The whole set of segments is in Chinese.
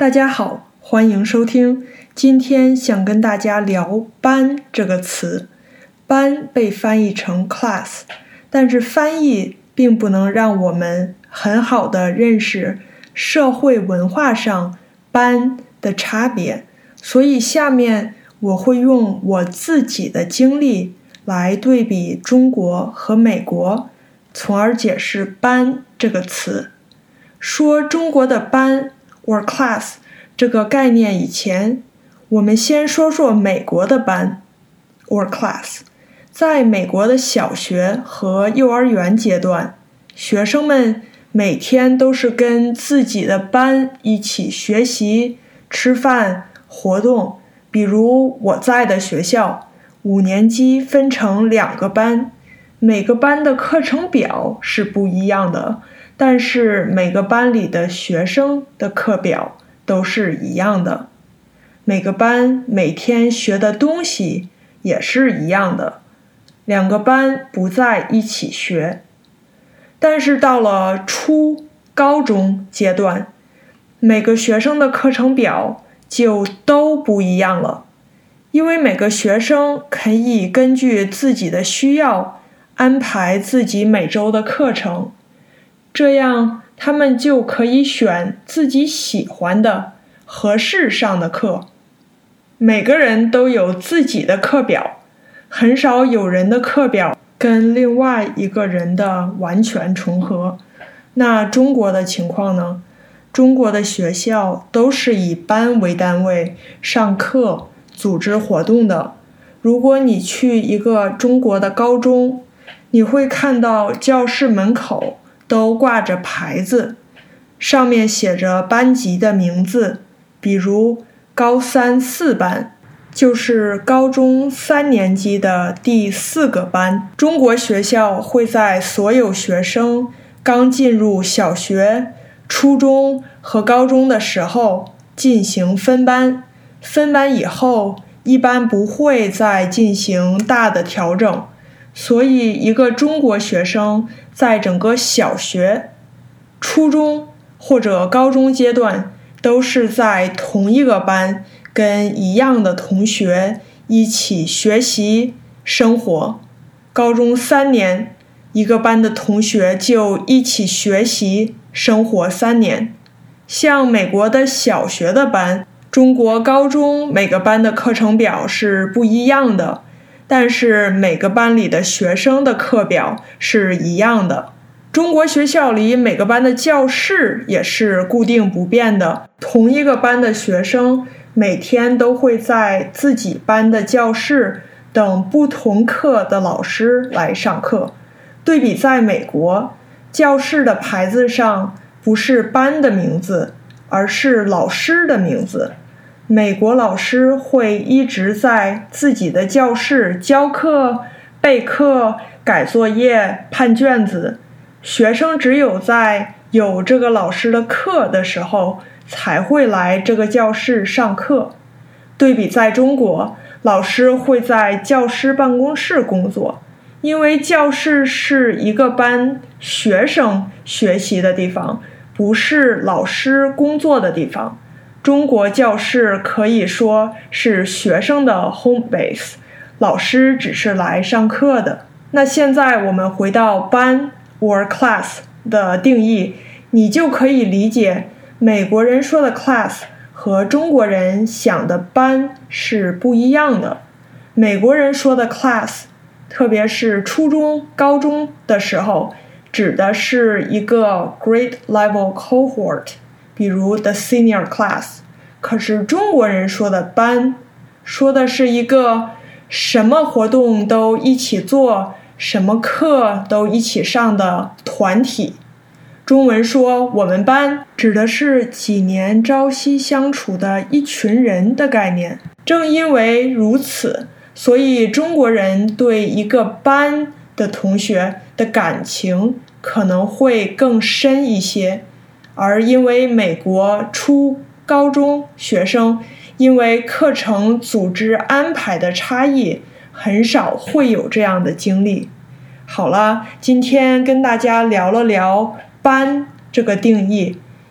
大家好，欢迎收听。今天想跟大家聊班这个词。班被翻译成 class， 但是翻译并不能让我们很好的认识社会文化上班的差别，所以下面我会用我自己的经历来对比中国和美国，从而解释班这个词。说中国的班 or class 这个概念以前，我们先说说美国的班 or class。在美国的小学和幼儿园阶段，学生们每天都是跟自己的班一起学习、吃饭、活动。比如我在的学校，5年级分成2个班，每个班的课程表是不一样的，但是每个班里的学生的课表都是一样的。每个班每天学的东西也是一样的，2个班不在一起学。但是到了初高中阶段，每个学生的课程表就都不一样了，因为每个学生可以根据自己的需要安排自己每周的课程，这样他们就可以选自己喜欢的、合适上的课。每个人都有自己的课表，很少有人的课表跟另外一个人的完全重合。那中国的情况呢？中国的学校都是以班为单位上课、组织活动的。如果你去一个中国的高中，你会看到教室门口都挂着牌子，上面写着班级的名字，比如高3 4班，就是高中3年级的第4个班。中国学校会在所有学生刚进入小学、初中和高中的时候进行分班，分班以后一般不会再进行大的调整，所以一个中国学生在整个小学、初中或者高中阶段都是在同一个班，跟一样的同学一起学习生活。高中3年，一个班的同学就一起学习生活3年。像美国的小学的班，中国高中每个班的课程表是不一样的，但是每个班里的学生的课表是一样的。中国学校里每个班的教室也是固定不变的，同一个班的学生每天都会在自己班的教室等不同课的老师来上课。对比在美国，教室的牌子上不是班的名字，而是老师的名字。美国老师会一直在自己的教室教课、备课、改作业、判卷子，学生只有在有这个老师的课的时候才会来这个教室上课。对比在中国，老师会在教师办公室工作，因为教室是一个班学生学习的地方，不是老师工作的地方。中国教室可以说是学生的 home base， 老师只是来上课的。那现在我们回到班 or class 的定义，你就可以理解美国人说的 class 和中国人想的班是不一样的。美国人说的 class， 特别是初中、高中的时候，指的是一个 grade level cohort， 比如 the senior class。 可是中国人说的班，说的是一个什么活动都一起做，什么课都一起上的团体。中文说我们班指的是几年朝夕相处的一群人的概念。正因为如此，所以中国人对一个班的同学的感情可能会更深一些，而因为美国初高中学生因为课程组织安排的差异，很少会有这样的经历。好了，今天跟大家聊了聊班这个定义，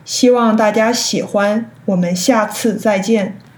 希望大家喜欢，我们下次再见。